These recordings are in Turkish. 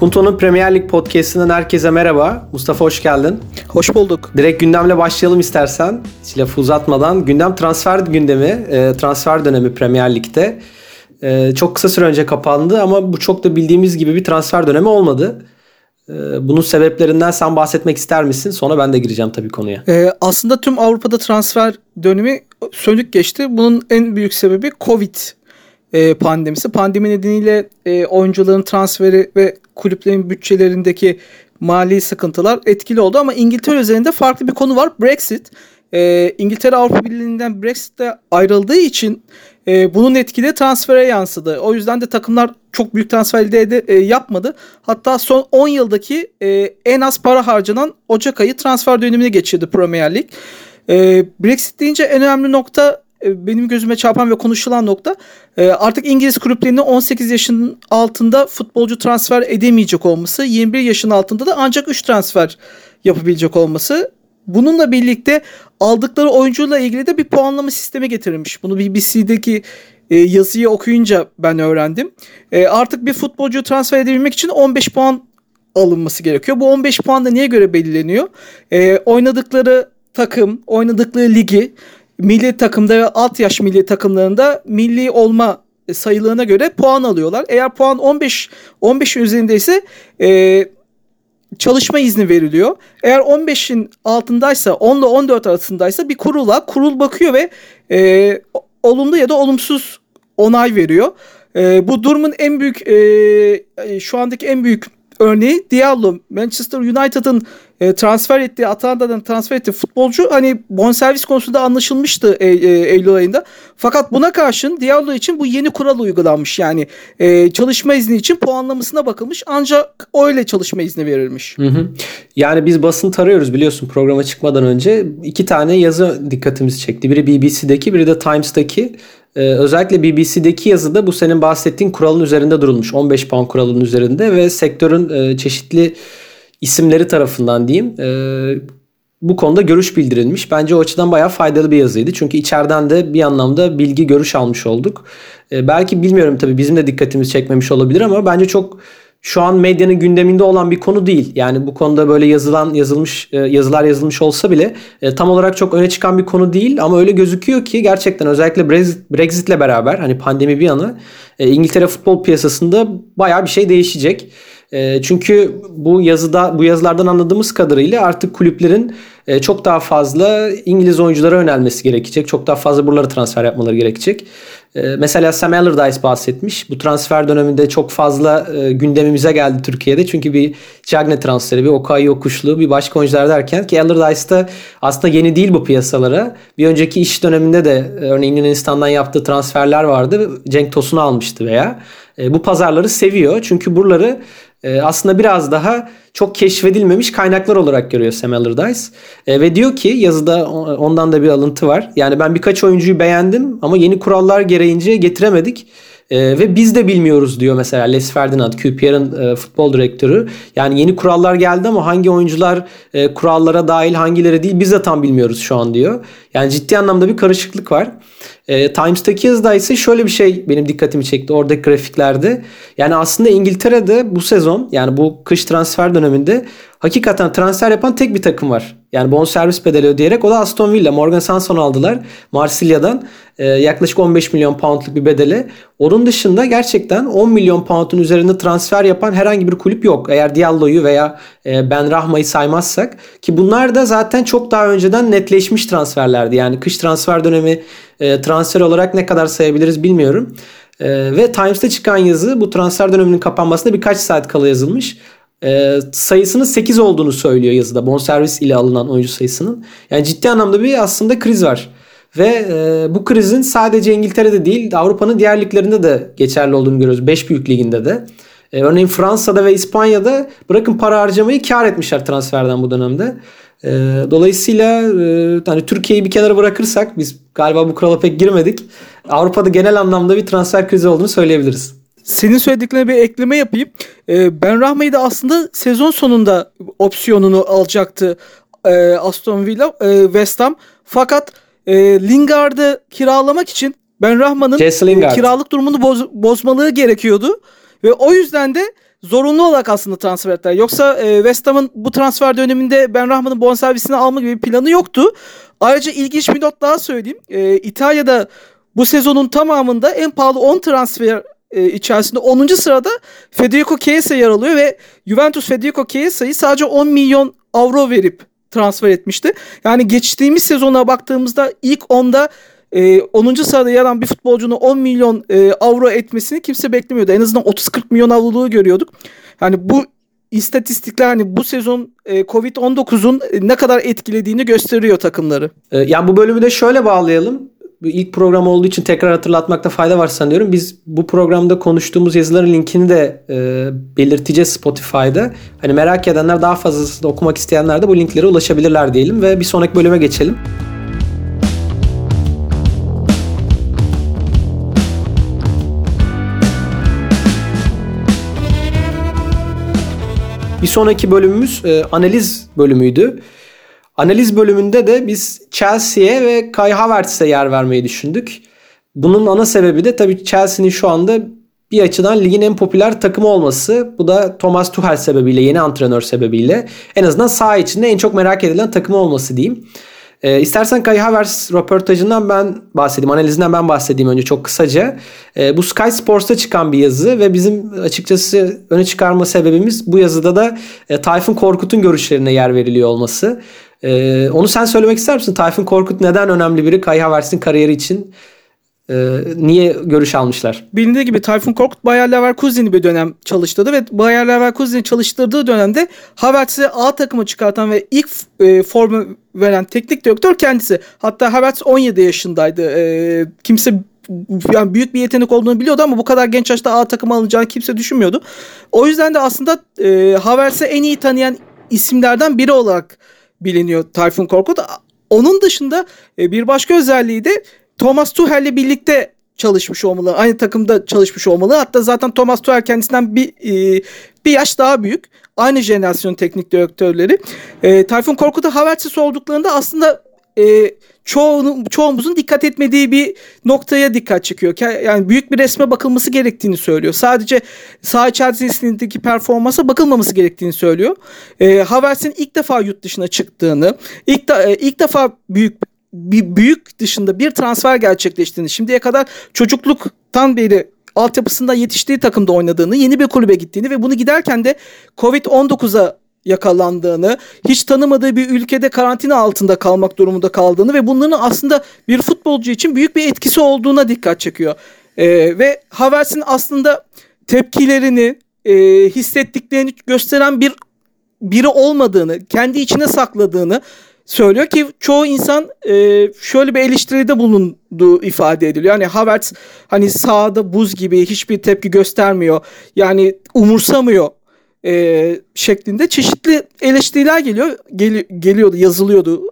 Punto'nun Premier Lig podcast'inden herkese merhaba. Mustafa hoş geldin. Hoş bulduk. Direkt gündemle başlayalım istersen. Hiç lafı uzatmadan. Gündem transfer gündemi, transfer dönemi Premier Lig'de. Çok kısa süre önce kapandı ama bu çok da bildiğimiz gibi bir transfer dönemi olmadı. Bunun sebeplerinden sen bahsetmek ister misin? Sonra ben de gireceğim tabii konuya. Aslında tüm Avrupa'da transfer dönemi sönük geçti. Bunun en büyük sebebi Covid pandemisi. Pandemi nedeniyle oyuncuların transferi ve kulüplerin bütçelerindeki mali sıkıntılar etkili oldu. Ama İngiltere üzerinde farklı bir konu var. Brexit. İngiltere Avrupa Birliği'nden Brexit'te ayrıldığı için bunun etkili transfere yansıdı. O yüzden de takımlar çok büyük transfer yapmadı. Hatta son 10 yıldaki en az para harcanan Ocak ayı transfer dönemini geçirdi Premier Lig. Brexit deyince en önemli nokta, benim gözüme çarpan ve konuşulan nokta, artık İngiliz kulüplerinin 18 yaşın altında futbolcu transfer edemeyecek olması, 21 yaşın altında da ancak 3 transfer yapabilecek olması. Bununla birlikte aldıkları oyuncuyla ilgili de bir puanlama sistemi getirilmiş. Bunu BBC'deki yazıyı okuyunca ben öğrendim. Artık bir futbolcuyu transfer edebilmek için 15 puan alınması gerekiyor. Bu 15 puan da neye göre belirleniyor? Oynadıkları takım, oynadıkları ligi, milli takımda ve alt yaş milli takımlarında milli olma sayılığına göre puan alıyorlar. Eğer puan 15'in üzerindeyse çalışma izni veriliyor. Eğer 15'in altındaysa, 10 ile 14 arasındaysa bir kurul bakıyor ve olumlu ya da olumsuz onay veriyor. Bu durumun en büyük şu andaki en büyük örneği Diallo. Manchester United'ın Atalanta'dan transfer ettiği futbolcu, hani bonservis konusunda anlaşılmıştı Eylül ayında. Fakat buna karşın Diallo için bu yeni kural uygulanmış. Yani çalışma izni için puanlamasına bakılmış, ancak öyle çalışma izni verilmiş. Hı. Yani biz basın tarıyoruz, biliyorsun, programa çıkmadan önce. 2 tane yazı dikkatimizi çekti. Biri BBC'deki, biri de Times'taki. Özellikle BBC'deki yazıda bu senin bahsettiğin kuralın üzerinde durulmuş. 15 puan kuralının üzerinde ve sektörün çeşitli isimleri tarafından diyeyim bu konuda görüş bildirilmiş. Bence o açıdan bayağı faydalı bir yazıydı. Çünkü içeriden de bir anlamda bilgi, görüş almış olduk. Belki bilmiyorum, tabii bizim de dikkatimizi çekmemiş olabilir ama bence çok şu an medyanın gündeminde olan bir konu değil. Yani bu konuda böyle yazılar yazılmış olsa bile tam olarak çok öne çıkan bir konu değil. Ama öyle gözüküyor ki gerçekten özellikle Brexit'le beraber, hani pandemi bir yana, İngiltere futbol piyasasında bayağı bir şey değişecek. Çünkü bu yazılardan anladığımız kadarıyla artık kulüplerin çok daha fazla İngiliz oyunculara yönelmesi gerekecek. Çok daha fazla buralara transfer yapmaları gerekecek. Mesela Sam Allardyce bahsetmiş. Bu transfer döneminde çok fazla gündemimize geldi Türkiye'de. Çünkü bir Cagney transferi, bir Okay Yokuşlu, bir başka oyuncular derken, ki Allardyce da aslında yeni değil bu piyasalara. Bir önceki iş döneminde de örneğin Yunanistan'dan yaptığı transferler vardı. Cenk Tosun'u almıştı veya. Bu pazarları seviyor. Çünkü buraları aslında biraz daha çok keşfedilmemiş kaynaklar olarak görüyor Sam Allardyce. Ve diyor ki yazıda, ondan da bir alıntı var. Yani ben birkaç oyuncuyu beğendim ama yeni kurallar gereğince getiremedik. Ve biz de bilmiyoruz diyor mesela Les Ferdinand, QPR'ın futbol direktörü. Yani yeni kurallar geldi ama hangi oyuncular kurallara dahil, hangileri değil, biz de tam bilmiyoruz şu an diyor. Yani ciddi anlamda bir karışıklık var. Times'taki yazıda ise şöyle bir şey benim dikkatimi çekti oradaki grafiklerde. Yani aslında İngiltere'de bu sezon, yani bu kış transfer döneminde hakikaten transfer yapan tek bir takım var. Yani bonservis bedeli ödeyerek, o da Aston Villa. Morgan Sanson aldılar Marsilya'dan yaklaşık 15 milyon poundluk bir bedele. Onun dışında gerçekten 10 milyon pound'un üzerinde transfer yapan herhangi bir kulüp yok. Eğer Diallo'yu veya Ben Rahma'yı saymazsak, ki bunlar da zaten çok daha önceden netleşmiş transferlerdi. Yani kış transfer dönemi transfer olarak ne kadar sayabiliriz bilmiyorum. Ve Times'ta çıkan yazı bu transfer döneminin kapanmasına birkaç saat kala yazılmış. Sayısının 8 olduğunu söylüyor yazıda, bonservis ile alınan oyuncu sayısının. Yani ciddi anlamda bir aslında kriz var. Ve bu krizin sadece İngiltere'de değil, Avrupa'nın diğer liglerinde de geçerli olduğunu görüyoruz. 5 büyük liginde de. Örneğin Fransa'da ve İspanya'da bırakın para harcamayı, kar etmişler transferden bu dönemde. Dolayısıyla hani Türkiye'yi bir kenara bırakırsak, biz galiba bu kurala pek girmedik, Avrupa'da genel anlamda bir transfer krizi olduğunu söyleyebiliriz. Senin söylediklerine bir ekleme yapayım. Ben Rahma'yı da aslında sezon sonunda opsiyonunu alacaktı Aston Villa, West Ham. Fakat Lingard'ı kiralamak için Ben Rahma'nın kiralık durumunu bozmaları gerekiyordu. Ve o yüzden de zorunlu olarak aslında transfer ettiler. Yoksa West Ham'ın bu transfer döneminde Benrahma'nın bonservisini alma gibi bir planı yoktu. Ayrıca ilginç bir not daha söyleyeyim. İtalya'da bu sezonun tamamında en pahalı 10 transfer içerisinde 10. sırada Federico Chiesa yer alıyor ve Juventus Federico Chiesa'yı sadece 10 milyon avro verip transfer etmişti. Yani geçtiğimiz sezona baktığımızda ilk 10'da 10. sırada yer alan bir futbolcunun 10 milyon avro etmesini kimse beklemiyordu. En azından 30-40 milyon avroluğu görüyorduk. Yani bu istatistikler hani bu sezon Covid-19'un ne kadar etkilediğini gösteriyor takımları. Yani bu bölümü de şöyle bağlayalım. İlk program olduğu için tekrar hatırlatmakta fayda var sanıyorum. Biz bu programda konuştuğumuz yazıların linkini de belirteceğiz Spotify'da. Hani merak edenler, daha fazlasını okumak isteyenler de bu linklere ulaşabilirler diyelim ve bir sonraki bölüme geçelim. Bir sonraki bölümümüz analiz bölümüydü. Analiz bölümünde de biz Chelsea'ye ve Kai Havertz'e yer vermeyi düşündük. Bunun ana sebebi de tabii Chelsea'nin şu anda bir açıdan ligin en popüler takımı olması. Bu da Thomas Tuchel sebebiyle, yeni antrenör sebebiyle. En azından saha içinde en çok merak edilen takımı olması diyeyim. İstersen Kai Havertz röportajından ben bahsedeyim, analizinden ben bahsedeyim önce çok kısaca. Bu Sky Sports'ta çıkan bir yazı ve bizim açıkçası öne çıkarma sebebimiz bu yazıda da Tayfun Korkut'un görüşlerine yer veriliyor olması. Onu sen söylemek ister misin? Tayfun Korkut neden önemli biri Kai Havertz'in kariyeri için? Niye görüş almışlar? Bilindiği gibi Tayfun Korkut Bayer Leverkusen'i bir dönem çalıştırdı ve Bayer Leverkusen'i çalıştırdığı dönemde Havertz'i A takıma çıkartan ve ilk formu veren teknik direktör kendisi. Hatta Havertz 17 yaşındaydı. Kimse yani büyük bir yetenek olduğunu biliyordu ama bu kadar genç yaşta A takıma alınacağını kimse düşünmüyordu. O yüzden de aslında Havertz'i en iyi tanıyan isimlerden biri olarak biliniyor Tayfun Korkut. Onun dışında bir başka özelliği de Thomas Tuchel'le birlikte çalışmış olmalı. Aynı takımda çalışmış olmalı. Hatta zaten Thomas Tuchel kendisinden bir yaş daha büyük. Aynı jenerasyon teknik direktörleri. Tayfun Korkut'a Havertz'i sorduklarında aslında çoğumuzun dikkat etmediği bir noktaya dikkat çekiyor. Yani büyük bir resme bakılması gerektiğini söylüyor. Sadece saha içerisindeki performansa bakılmaması gerektiğini söylüyor. Havertz'in ilk defa yurt dışına çıktığını, ilk defa büyük dışında bir transfer gerçekleştiğini, şimdiye kadar çocukluktan beri altyapısında yetiştiği takımda oynadığını, yeni bir kulübe gittiğini ve bunu giderken de Covid-19'a yakalandığını, hiç tanımadığı bir ülkede karantina altında kalmak durumunda kaldığını ve bunların aslında bir futbolcu için büyük bir etkisi olduğuna dikkat çekiyor. Ve Havertz'in aslında tepkilerini, hissettiklerini gösteren biri olmadığını, kendi içine sakladığını söylüyor ki çoğu insan şöyle bir eleştiride bulunduğu ifade ediliyor. Yani Havertz hani sahada buz gibi hiçbir tepki göstermiyor. Yani umursamıyor şeklinde çeşitli eleştiriler geliyordu, yazılıyordu.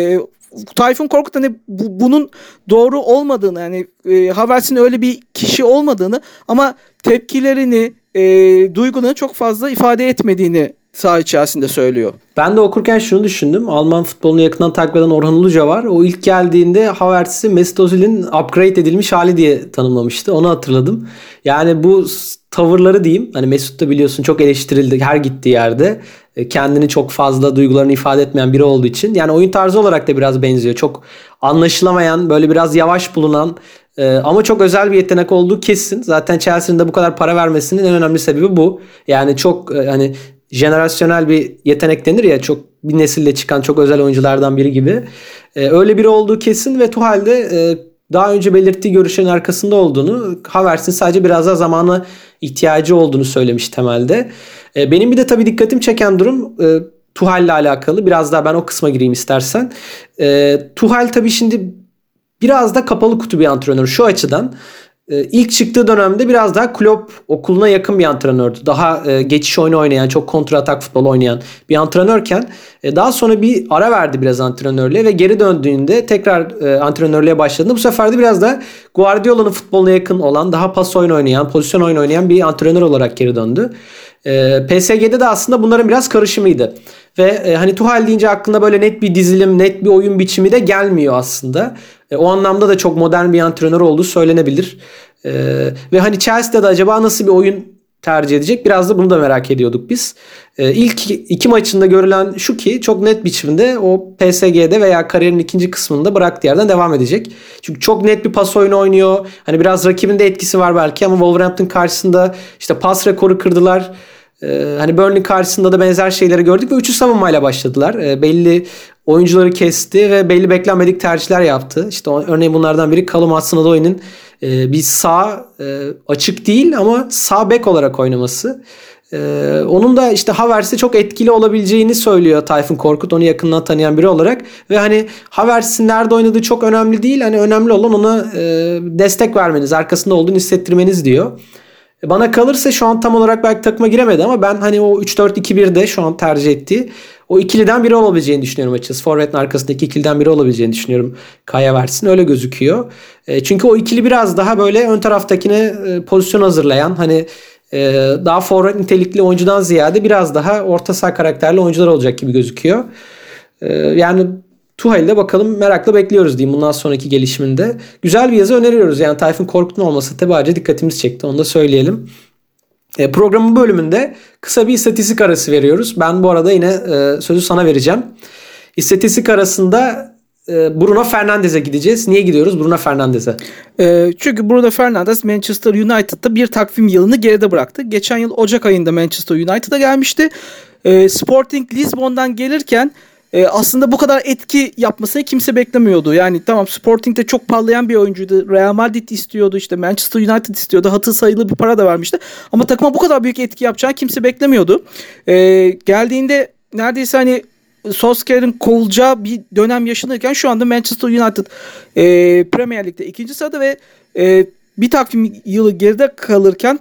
Tayfun Korkut hani bunun doğru olmadığını, yani Havertz'in öyle bir kişi olmadığını ama tepkilerini, duygularını çok fazla ifade etmediğini saha içerisinde söylüyor. Ben de okurken şunu düşündüm. Alman futbolunu yakından takip eden Orhan Uluca var. O ilk geldiğinde Havertz'i Mesut Özil'in upgrade edilmiş hali diye tanımlamıştı. Onu hatırladım. Yani bu tavırları diyeyim. Hani Mesut da biliyorsun çok eleştirildi her gittiği yerde. Kendini çok fazla, duygularını ifade etmeyen biri olduğu için. Yani oyun tarzı olarak da biraz benziyor. Çok anlaşılamayan, böyle biraz yavaş bulunan ama çok özel bir yetenek olduğu kesin. Zaten Chelsea'nin de bu kadar para vermesinin en önemli sebebi bu. Yani çok hani jenerasyonel bir yetenek denir ya, çok bir nesille çıkan çok özel oyunculardan biri gibi. Öyle biri olduğu kesin ve Tuchel de daha önce belirttiği görüşlerin arkasında olduğunu, Havertz'in sadece biraz daha zamana ihtiyacı olduğunu söylemiş temelde. Benim bir de tabii dikkatim çeken durum Tuchel'le alakalı. Biraz daha ben o kısma gireyim istersen. Tuchel tabii şimdi biraz da kapalı kutu bir antrenör şu açıdan. İlk çıktığı dönemde biraz daha Klopp okuluna yakın bir antrenördü. Daha geçiş oyunu oynayan, çok kontra atak futbol oynayan bir antrenörken daha sonra bir ara verdi biraz antrenörlüğe ve geri döndüğünde tekrar antrenörlüğe başladığında bu sefer de biraz da Guardiola'nın futboluna yakın olan, daha pas oyunu oynayan, pozisyon oyunu oynayan bir antrenör olarak geri döndü. PSG'de de aslında bunların biraz karışımıydı. Ve hani Tuchel deyince aklına böyle net bir dizilim, net bir oyun biçimi de gelmiyor aslında. O anlamda da çok modern bir antrenör olduğu söylenebilir. Ve hani Chelsea'de de acaba nasıl bir oyun tercih edecek? Biraz da bunu da merak ediyorduk biz. İlk iki maçında görülen şu ki çok net biçimde o PSG'de veya kariyerin ikinci kısmında bıraktığı yerden devam edecek. Çünkü çok net bir pas oyunu oynuyor. Hani biraz rakibin de etkisi var belki ama Wolverhampton karşısında işte pas rekoru kırdılar. Hani Burnley karşısında da benzer şeyleri gördük ve 3'ü savunmayla başladılar. Belli oyuncuları kesti ve belli beklenmedik tercihler yaptı. İşte örneğin bunlardan biri Callum Hudson-Odoi'nin bir sağ açık değil ama sağ bek olarak oynaması. Onun da işte Havertz'e çok etkili olabileceğini söylüyor Tayfun Korkut, onu yakından tanıyan biri olarak. Ve hani Havertz'in nerede oynadığı çok önemli değil. Hani önemli olan ona destek vermeniz, arkasında olduğunu hissettirmeniz diyor. Bana kalırsa şu an tam olarak belki takıma giremedi ama ben hani o 3-4-2-1'de şu an tercih ettiği o ikiliden biri olabileceğini düşünüyorum açıkçası. Forvet'in arkasındaki ikiliden biri olabileceğini düşünüyorum. Kai Havertz'in öyle gözüküyor. Çünkü o ikili biraz daha böyle ön taraftakine pozisyon hazırlayan, hani daha forvet nitelikli oyuncudan ziyade biraz daha orta saha karakterli oyuncular olacak gibi gözüküyor. Yani Tuhel'de bakalım, merakla bekliyoruz diyeyim bundan sonraki gelişiminde. Güzel bir yazı öneriyoruz. Yani Tayfun Korkut'un olması tabii ayrıca dikkatimizi çekti. Onu da söyleyelim. Programın bölümünde kısa bir istatistik arası veriyoruz. Ben bu arada yine sözü sana vereceğim. İstatistik arasında Bruno Fernandes'e gideceğiz. Niye gidiyoruz Bruno Fernandes'e? Çünkü Bruno Fernandes Manchester United'da bir takvim yılını geride bıraktı. Geçen yıl Ocak ayında Manchester United'a gelmişti. Sporting Lisbon'dan gelirken aslında bu kadar etki yapmasını kimse beklemiyordu. Yani tamam, Sporting'de çok parlayan bir oyuncuydu. Real Madrid istiyordu, işte Manchester United istiyordu. Hatır sayılı bir para da vermişti. Ama takıma bu kadar büyük etki yapacağını kimse beklemiyordu. Geldiğinde neredeyse hani Solskjaer'in kovulacağı bir dönem yaşanırken şu anda Manchester United Premier Lig'de 2. sırada ve bir takvim yılı geride kalırken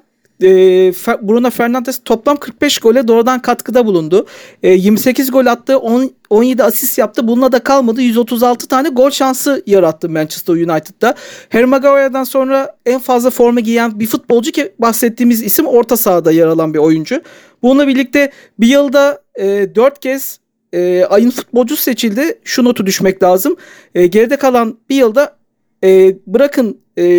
Bruno Fernandes toplam 45 gole doğrudan katkıda bulundu. 28 gol attı, 17 asist yaptı. Bununla da kalmadı. 136 tane gol şansı yarattı Manchester United'da. Harry Maguire'dan sonra en fazla forma giyen bir futbolcu ki bahsettiğimiz isim orta sahada yer alan bir oyuncu. Bununla birlikte bir yılda 4 kez ayın futbolcusu seçildi. Şu notu düşmek lazım. Geride kalan bir yılda bırakın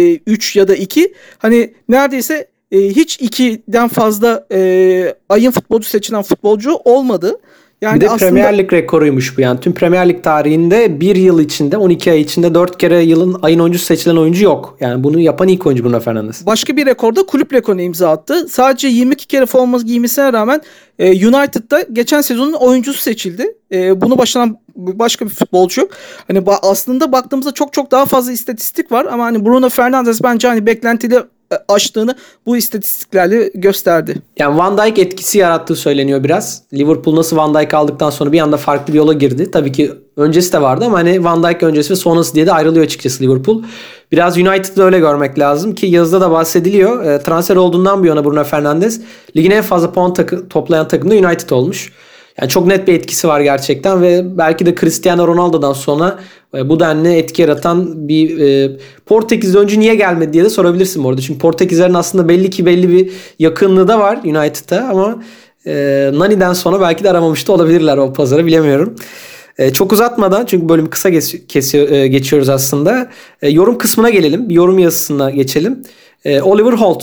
3 ya da 2, hani neredeyse hiç 2'den fazla ayın futbolcu seçilen futbolcu olmadı. Yani bir de aslında Premier Lig rekoruymuş bu yani. Tüm Premier Lig tarihinde bir yıl içinde 12 ay içinde 4 kere yılın ayın oyuncusu seçilen oyuncu yok. Yani bunu yapan ilk oyuncu Bruno Fernandes. başka bir rekorda kulüp rekoruna imza attı. Sadece 22 kere forma giymesine rağmen United'da geçen sezonun oyuncusu seçildi. Bunu başlayan başka bir futbolcu yok. Hani aslında baktığımızda çok çok daha fazla istatistik var ama hani Bruno Fernandes bence hani beklentileri aştığını bu istatistiklerle gösterdi. Yani Van Dijk etkisi yarattığı söyleniyor biraz. Liverpool nasıl Van Dijk aldıktan sonra bir anda farklı bir yola girdi. Tabii ki öncesi de vardı ama hani Van Dijk öncesi ve sonrası diye de ayrılıyor açıkçası Liverpool. Biraz United'da öyle görmek lazım ki yazıda da bahsediliyor. Transfer olduğundan bu yana Bruno Fernandes ligin en fazla puan toplayan takım da United olmuş. Yani çok net bir etkisi var gerçekten ve belki de Cristiano Ronaldo'dan sonra bu denli etki yaratan bir Portekizli oyuncu niye gelmedi diye de sorabilirsin bu arada. Çünkü Portekizlerin aslında belli bir yakınlığı da var United'a ama Nani'den sonra belki de aramamış da olabilirler o pazarı, bilemiyorum. Çok uzatmadan, çünkü bölümü kısa geçiyoruz aslında. Yorum kısmına gelelim. Bir yorum yazısına geçelim. Oliver Holt.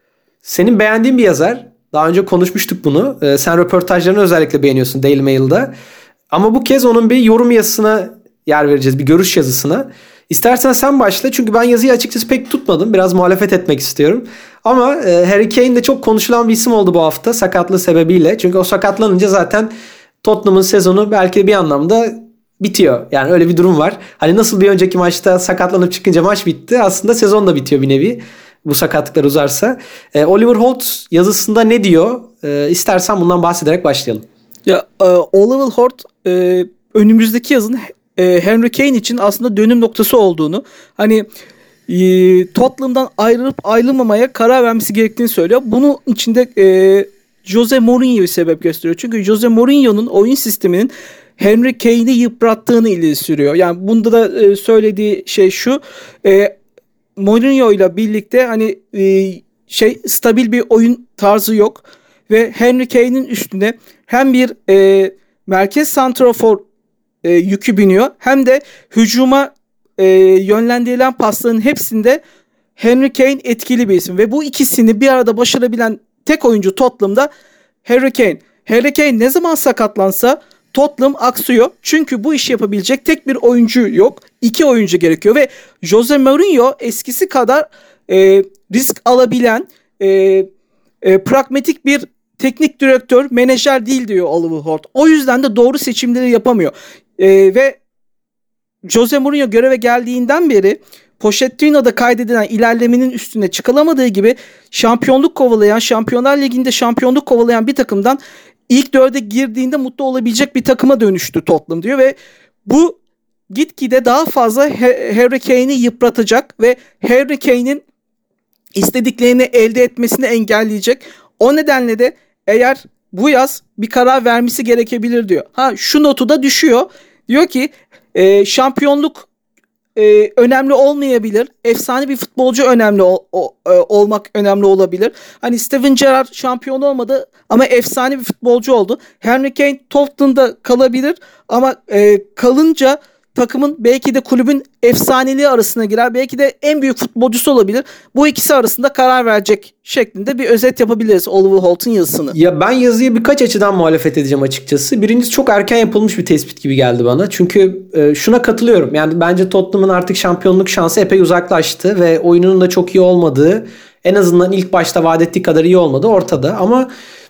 Senin beğendiğin bir yazar. Daha önce konuşmuştuk bunu. Sen röportajlarını özellikle beğeniyorsun Daily Mail'da. Ama bu kez onun bir yorum yazısına yer vereceğiz. Bir görüş yazısına. İstersen sen başla. Çünkü ben yazıyı açıkçası pek tutmadım. Biraz muhalefet etmek istiyorum. Ama Harry Kane de çok konuşulan bir isim oldu bu hafta sakatlığı sebebiyle. Çünkü o sakatlanınca zaten Tottenham'ın sezonu belki bir anlamda bitiyor. Yani öyle bir durum var. Hani nasıl bir önceki maçta sakatlanıp çıkınca maç bitti, aslında sezon da bitiyor bir nevi. Bu sakatlıklar uzarsa. Oliver Holt yazısında ne diyor? İstersen bundan bahsederek başlayalım. Ya Oliver Holt önümüzdeki yazın Harry Kane için aslında dönüm noktası olduğunu, hani Tottenham'dan ayrılıp ayrılmamaya karar vermesi gerektiğini söylüyor. Bunun içinde Jose Mourinho'yu sebep gösteriyor. Çünkü Jose Mourinho'nun oyun sisteminin Harry Kane'i yıprattığını ileri sürüyor. Yani bunda da söylediği şey şu: Mourinho ile birlikte hani stabil bir oyun tarzı yok ve Harry Kane'in üstüne hem bir merkez santrafor yükü biniyor hem de hücuma yönlendirilen pasların hepsinde Harry Kane etkili bir isim ve bu ikisini bir arada başarabilen tek oyuncu Tottenham'da Harry Kane. Harry Kane ne zaman sakatlansa Tottenham aksıyor. Çünkü bu işi yapabilecek tek bir oyuncu yok. 2 oyuncu gerekiyor ve Jose Mourinho eskisi kadar risk alabilen pragmatik bir teknik direktör, menajer değil diyor Oliver Holt. O yüzden de doğru seçimleri yapamıyor. Ve Jose Mourinho göreve geldiğinden beri Pochettino'da kaydedilen ilerlemenin üstüne çıkılamadığı gibi şampiyonluk kovalayan, Şampiyonlar Ligi'nde şampiyonluk kovalayan bir takımdan ilk 4'e girdiğinde mutlu olabilecek bir takıma dönüştü Tottenham diyor ve bu gitgide daha fazla Harry Kane'i yıpratacak ve Harry Kane'in istediklerini elde etmesini engelleyecek. O nedenle de eğer bu yaz bir karar vermesi gerekebilir diyor. Şu notu da düşüyor. Diyor ki şampiyonluk önemli olmayabilir. Efsane bir futbolcu önemli olmak önemli olabilir. Hani Steven Gerrard şampiyon olmadı ama efsane bir futbolcu oldu. Harry Kane Tottenham'da kalabilir ama kalınca takımın belki de kulübün efsaneliği arasına girer. Belki de en büyük futbolcusu olabilir. Bu ikisi arasında karar verecek şeklinde bir özet yapabiliriz Oliver Holt'un yazısını. Ya ben yazıya birkaç açıdan muhalefet edeceğim açıkçası. Birincisi çok erken yapılmış bir tespit gibi geldi bana. Çünkü şuna katılıyorum. Yani bence Tottenham'ın artık şampiyonluk şansı epey uzaklaştı ve oyununun da çok iyi olmadığı, en azından ilk başta vaat ettiği kadar iyi olmadığı ortada. Ama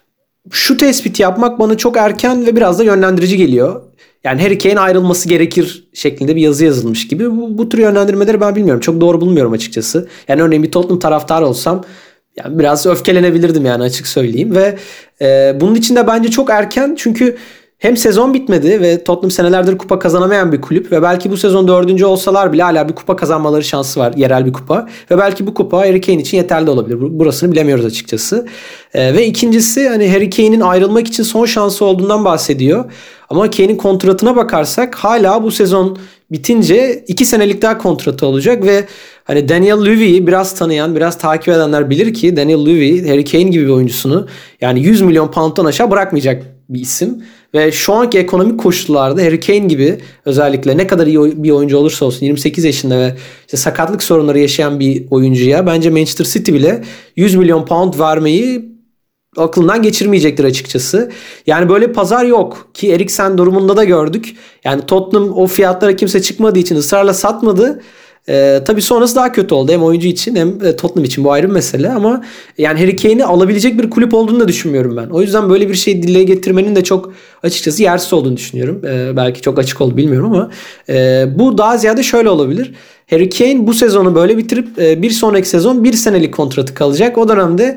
şu tespiti yapmak bana çok erken ve biraz da yönlendirici geliyor. Yani Harry Kane ayrılması gerekir şeklinde bir yazı yazılmış gibi. Bu tür yönlendirmeleri ben bilmiyorum. Çok doğru bulmuyorum açıkçası. Yani örneğin bir Tottenham taraftarı olsam yani biraz öfkelenebilirdim yani, açık söyleyeyim. Ve bunun için de bence çok erken. Çünkü hem sezon bitmedi ve Tottenham senelerdir kupa kazanamayan bir kulüp ve belki bu sezon 4. olsalar bile hala bir kupa kazanmaları şansı var. Yerel bir kupa. Ve belki bu kupa Harry Kane için yeterli olabilir. Burasını bilemiyoruz açıkçası. Ve ikincisi, hani Harry Kane'in ayrılmak için son şansı olduğundan bahsediyor. Ama Kane'in kontratına bakarsak hala bu sezon bitince 2 senelik daha kontratı olacak ve hani Daniel Levy'yi biraz tanıyan, biraz takip edenler bilir ki Daniel Levy, Harry Kane gibi bir oyuncusunu yani 100 milyon pound'dan aşağı bırakmayacak bir isim. Ve şu anki ekonomik koşullarda Harry Kane gibi, özellikle ne kadar iyi bir oyuncu olursa olsun, 28 yaşında ve işte sakatlık sorunları yaşayan bir oyuncuya bence Manchester City bile 100 milyon pound vermeyi aklından geçirmeyecektir açıkçası. Yani böyle bir pazar yok ki Eriksen durumunda da gördük. Yani Tottenham o fiyatlara kimse çıkmadığı için ısrarla satmadı. Tabii sonrası daha kötü oldu hem oyuncu için hem Tottenham için, bu ayrı bir mesele, ama yani Harry Kane'i alabilecek bir kulüp olduğunu da düşünmüyorum ben. O yüzden böyle bir şeyi dile getirmenin de çok açıkçası yersiz olduğunu düşünüyorum. Belki çok açık oldu, bilmiyorum, ama bu daha ziyade şöyle olabilir. Harry Kane bu sezonu böyle bitirip bir sonraki sezon 1 senelik kontratı kalacak. O dönemde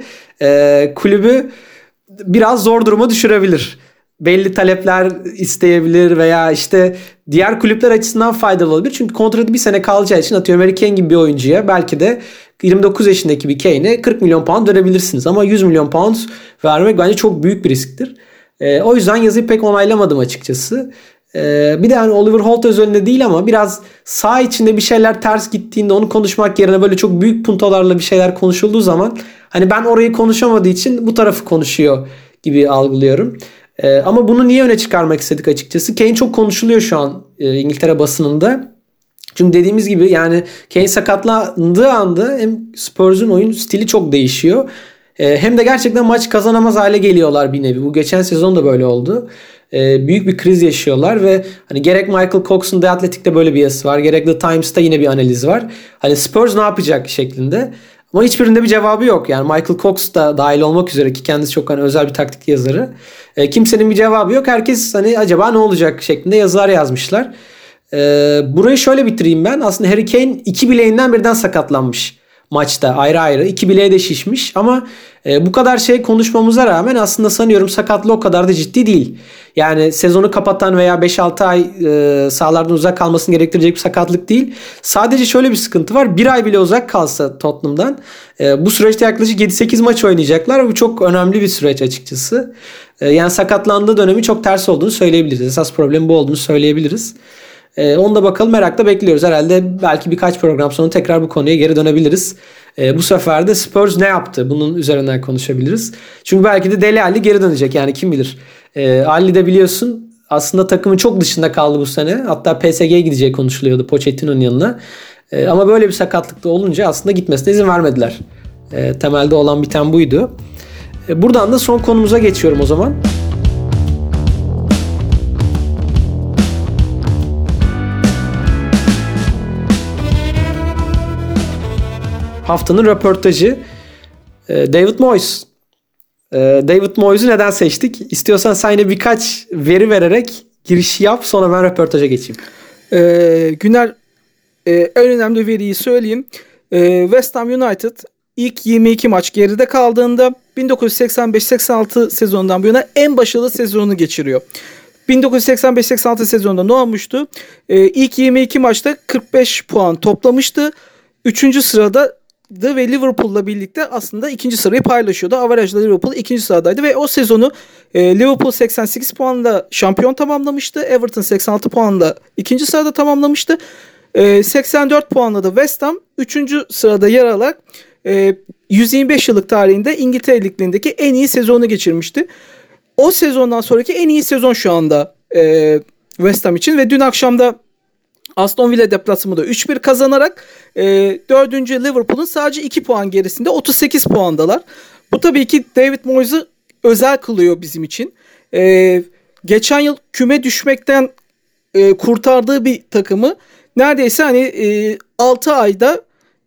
kulübü biraz zor duruma düşürebilir. Belli talepler isteyebilir veya işte diğer kulüpler açısından faydalı olabilir. Çünkü kontratı 1 sene kalacağı için, atıyorum Harry Kane gibi bir oyuncuya belki de 29 yaşındaki bir Kane'e 40 milyon pound verebilirsiniz. Ama 100 milyon pound vermek bence çok büyük bir risktir. O yüzden yazıyı pek onaylamadım açıkçası. Bir de hani Oliver Holt özelinde değil ama biraz saha içinde bir şeyler ters gittiğinde onu konuşmak yerine böyle çok büyük puntolarla bir şeyler konuşulduğu zaman hani ben orayı konuşamadığı için bu tarafı konuşuyor gibi algılıyorum. Ama bunu niye öne çıkarmak istedik açıkçası? Kane çok konuşuluyor şu an İngiltere basınında. Çünkü dediğimiz gibi yani Kane sakatlandığı anda hem Spurs'un oyun stili çok değişiyor. Hem de gerçekten maç kazanamaz hale geliyorlar bir nevi. Bu geçen sezon da böyle oldu. Büyük bir kriz yaşıyorlar ve hani gerek Michael Cox'un The Athletic'te böyle bir yazısı var, gerek The Times'ta yine bir analiz var. Hani Spurs ne yapacak şeklinde. Ama hiçbirinde bir cevabı yok. Yani Michael Cox da dahil olmak üzere, ki kendisi çok hani özel bir taktik yazarı. Kimsenin bir cevabı yok. Herkes hani acaba ne olacak şeklinde yazılar yazmışlar. Burayı şöyle bitireyim ben. Aslında Harry Kane 2 bileğinden birden sakatlanmış maçta, ayrı ayrı. 2 bileği de şişmiş ama bu kadar şey konuşmamıza rağmen aslında sanıyorum sakatlığı o kadar da ciddi değil. Yani sezonu kapatan veya 5-6 ay sahalardan uzak kalmasını gerektirecek bir sakatlık değil. Sadece şöyle bir sıkıntı var. 1 ay bile uzak kalsa Tottenham'dan bu süreçte yaklaşık 7-8 maç oynayacaklar. Bu çok önemli bir süreç açıkçası. Yani sakatlandığı dönemi çok ters olduğunu söyleyebiliriz. Esas problem bu olduğunu söyleyebiliriz. Onu da bakalım, merakla bekliyoruz. Herhalde belki birkaç program sonra tekrar bu konuya geri dönebiliriz. Bu sefer de Spurs ne yaptı? Bunun üzerinden konuşabiliriz. Çünkü belki de Dele Alli geri dönecek, yani kim bilir. Alli de biliyorsun aslında takımın çok dışında kaldı bu sene. Hatta PSG'ye gideceği konuşuluyordu, Pochettino'nun yanına. Ama böyle bir sakatlıkta olunca aslında gitmesine izin vermediler. Temelde olan biten buydu. Buradan da son konumuza geçiyorum o zaman. Haftanın röportajı David Moyes. David Moyes'u neden seçtik? İstiyorsan sen yine birkaç veri vererek girişi yap, sonra ben röportaja geçeyim. Güner, en önemli veriyi söyleyeyim. West Ham United ilk 22 maç geride kaldığında 1985-86 sezonundan bu yana en başarılı sezonunu geçiriyor. 1985-86 sezonunda ne olmuştu? İlk 22 maçta 45 puan toplamıştı. 3. sırada ve Liverpool'la birlikte aslında 2. sırayı paylaşıyordu. Averaj'da Liverpool 2. sıradaydı ve o sezonu Liverpool 88 puanla şampiyon tamamlamıştı. Everton 86 puanla 2. sırada tamamlamıştı. 84 puanla da West Ham 3. sırada yer alarak 125 yıllık tarihinde İngiltere Ligi'ndeki en iyi sezonu geçirmişti. O sezondan sonraki en iyi sezon şu anda West Ham için ve dün akşamda Aston Villa deplasmanında 3-1 kazanarak 4. Liverpool'un sadece 2 puan gerisinde 38 puandalar. Bu tabii ki David Moyes'u özel kılıyor bizim için. Geçen yıl küme düşmekten kurtardığı bir takımı neredeyse 6 ayda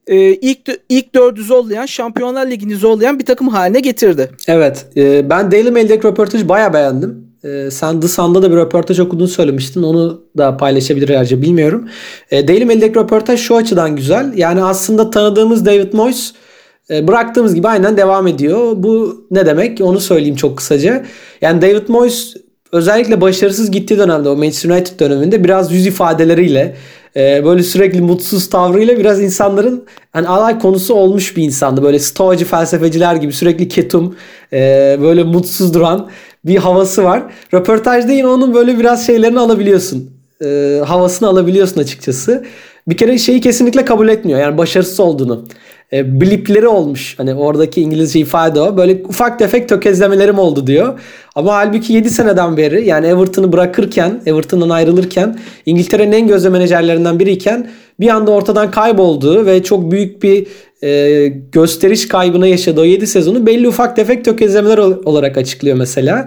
ilk 4'ü zorlayan, Şampiyonlar Ligi'ni zorlayan bir takım haline getirdi. Evet. Ben Daily Mail'deki röportajı bayağı beğendim. Sen The Sun'da da bir röportaj okuduğunu söylemiştin. Onu da paylaşabilir ayrıca, bilmiyorum. Daily Mail'deki röportaj şu açıdan güzel. Yani aslında tanıdığımız David Moyes bıraktığımız gibi aynen devam ediyor. Bu ne demek? Onu söyleyeyim çok kısaca. Yani David Moyes özellikle başarısız gittiği dönemde, o Manchester United döneminde biraz yüz ifadeleriyle, böyle sürekli mutsuz tavrıyla biraz insanların alay konusu olmuş bir insandı. Böyle stoacı felsefeciler gibi sürekli ketum, böyle mutsuz duran bir havası var. Röportajda yine onun böyle biraz şeylerini alabiliyorsun. Havasını alabiliyorsun açıkçası. Bir kere şeyi kesinlikle kabul etmiyor. Yani başarısız olduğunu. Blipleri olmuş. Hani oradaki İngilizce ifade o. Böyle ufak tefek tökezlemelerim oldu diyor. Ama halbuki 7 seneden beri, yani Everton'u bırakırken, Everton'dan ayrılırken, İngiltere'nin en gözde menajerlerinden biriyken bir anda ortadan kaybolduğu ve çok büyük bir gösteriş kaybına yaşadığı o 7 sezonu belli ufak tefek tökezlemeler olarak açıklıyor mesela.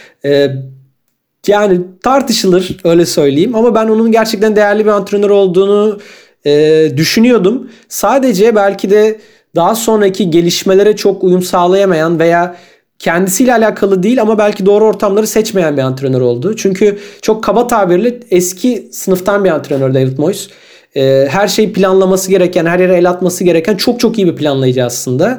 Yani tartışılır, öyle söyleyeyim, ama ben onun gerçekten değerli bir antrenör olduğunu düşünüyordum. Sadece belki de daha sonraki gelişmelere çok uyum sağlayamayan veya kendisiyle alakalı değil ama belki doğru ortamları seçmeyen bir antrenör oldu. Çünkü çok kaba tabirle eski sınıftan bir antrenör David Moyes. Her şeyi planlaması gereken, her yere el atması gereken çok çok iyi bir planlayıcı aslında.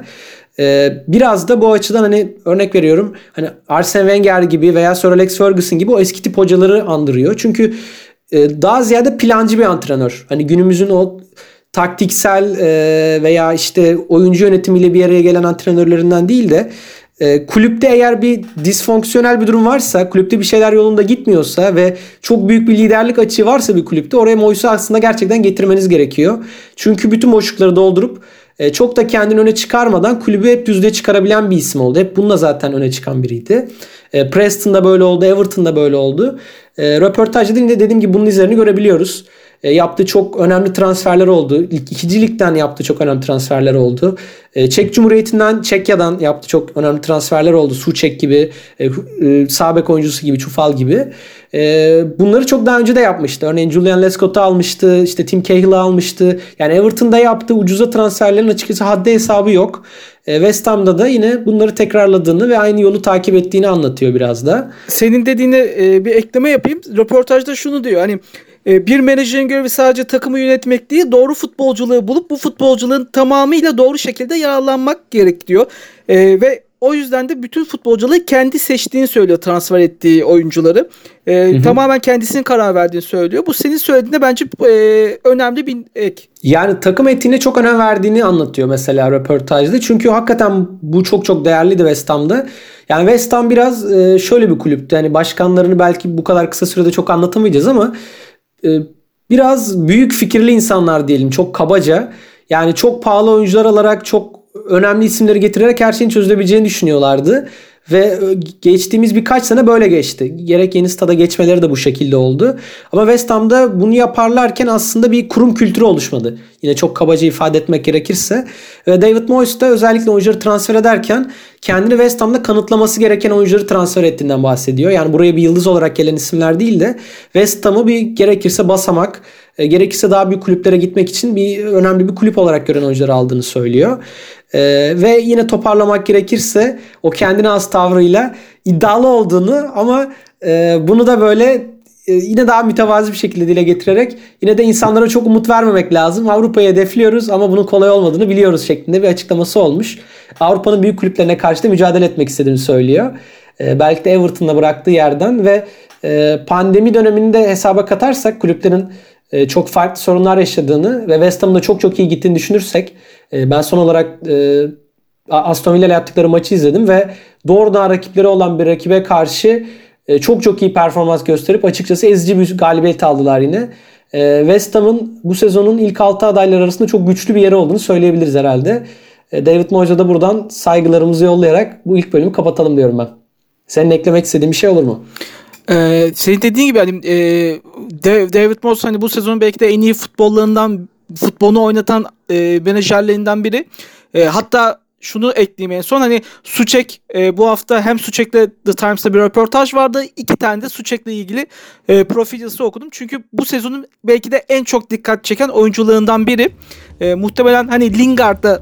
Biraz da bu açıdan hani örnek veriyorum, hani Arsene Wenger gibi veya Sir Alex Ferguson gibi o eski tip hocaları andırıyor. Çünkü daha ziyade plancı bir antrenör. Hani günümüzün o taktiksel veya işte oyuncu yönetimiyle bir araya gelen antrenörlerinden değil de kulüpte eğer bir disfonksiyonel bir durum varsa, kulüpte bir şeyler yolunda gitmiyorsa ve çok büyük bir liderlik açığı varsa bir kulüpte, oraya Moyes'u aslında gerçekten getirmeniz gerekiyor. Çünkü bütün boşlukları doldurup çok da kendini öne çıkarmadan kulübü hep düzlüğe çıkarabilen bir isim oldu. Hep bununla zaten öne çıkan biriydi. Preston'da böyle oldu, Everton'da böyle oldu. Röportajda da dediğim gibi bunun izlerini görebiliyoruz. Yaptığı çok önemli transferler oldu. İkinci ligden yaptığı çok önemli transferler oldu. Çek Cumhuriyeti'nden, Çekya'dan yaptığı çok önemli transferler oldu. Suçek gibi, sağ bek oyuncusu gibi, Çufal gibi. Bunları çok daha önce de yapmıştı. Örneğin Julian Lescott'u almıştı. İşte Tim Cahill'ı almıştı. Yani Everton'da yaptığı ucuza transferlerin açıkçası haddi hesabı yok. West Ham'da da yine bunları tekrarladığını ve aynı yolu takip ettiğini anlatıyor biraz da. Senin dediğine bir ekleme yapayım. Röportajda şunu diyor. Hani bir menajerin görevi sadece takımı yönetmek değil, doğru futbolculuğu bulup bu futbolculuğun tamamıyla doğru şekilde yararlanmak gerek diyor. Ve o yüzden de bütün futbolcuları kendi seçtiğini söylüyor, transfer ettiği oyuncuları. Tamamen kendisinin karar verdiğini söylüyor. Bu senin söylediğinde bence önemli bir ek. Yani takım etiğine çok önem verdiğini anlatıyor mesela röportajda. Çünkü hakikaten bu çok çok değerliydi West Ham'da. Yani West Ham biraz şöyle bir kulüptü. Yani başkanlarını belki bu kadar kısa sürede çok anlatamayacağız ama biraz büyük fikirli insanlar diyelim, çok kabaca. Yani çok pahalı oyuncular alarak çok önemli isimleri getirerek her şeyin çözülebileceğini düşünüyorlardı. Ve geçtiğimiz birkaç sene böyle geçti. Gerek yeni stada geçmeleri de bu şekilde oldu. Ama West Ham'da bunu yaparlarken aslında bir kurum kültürü oluşmadı. Yine çok kabaca ifade etmek gerekirse. Ve David Moyes de özellikle oyuncuları transfer ederken kendini West Ham'da kanıtlaması gereken oyuncuları transfer ettiğinden bahsediyor. Yani buraya bir yıldız olarak gelen isimler değil de West Ham'ı bir gerekirse basamak, gerekirse daha büyük kulüplere gitmek için önemli bir kulüp olarak gören oyuncuları aldığını söylüyor. Ve yine toparlamak gerekirse o kendine has tavrıyla iddialı olduğunu ama bunu da böyle yine daha mütevazi bir şekilde dile getirerek yine de insanlara çok umut vermemek lazım. Avrupa'yı hedefliyoruz ama bunun kolay olmadığını biliyoruz şeklinde bir açıklaması olmuş. Avrupa'nın büyük kulüplerine karşı da mücadele etmek istediğini söylüyor. Belki de Everton'la bıraktığı yerden ve pandemi dönemini de hesaba katarsak kulüplerin çok farklı sorunlar yaşadığını ve West Ham'ın da çok çok iyi gittiğini düşünürsek ben son olarak Aston Villa ile yaptıkları maçı izledim ve doğrudan rakipleri olan bir rakibe karşı çok çok iyi performans gösterip açıkçası ezici bir galibiyet aldılar yine. West Ham'ın bu sezonun ilk 6 adayları arasında çok güçlü bir yeri olduğunu söyleyebiliriz herhalde. David Moyes'a da buradan saygılarımızı yollayarak bu ilk bölümü kapatalım diyorum ben. Senin eklemek istediğin bir şey olur mu? Senin dediğin gibi hani David Moyes hani bu sezonun belki de en iyi futbolunu oynatan menajerlerinden biri. Hatta şunu ekleyeyim en son, hani Souček bu hafta hem Souček'le The Times'ta bir röportaj vardı. 2 tane de Souček'le ilgili profil yazısı okudum. Çünkü bu sezonun belki de en çok dikkat çeken oyuncularından biri. Muhtemelen hani Lingard da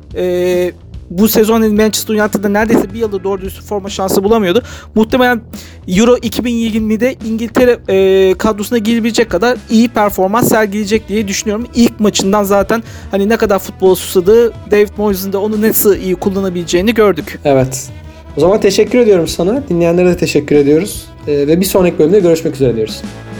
bu sezon Manchester United'da neredeyse bir yılda doğru dürüst forma şansı bulamıyordu. Muhtemelen Euro 2020'de İngiltere kadrosuna girebilecek kadar iyi performans sergileyecek diye düşünüyorum. İlk maçından zaten hani ne kadar futbola susadığı, David Moyes'un da onu nasıl iyi kullanabileceğini gördük. Evet. O zaman teşekkür ediyorum sana. Dinleyenlere de teşekkür ediyoruz. Ve bir sonraki bölümde görüşmek üzere diyoruz.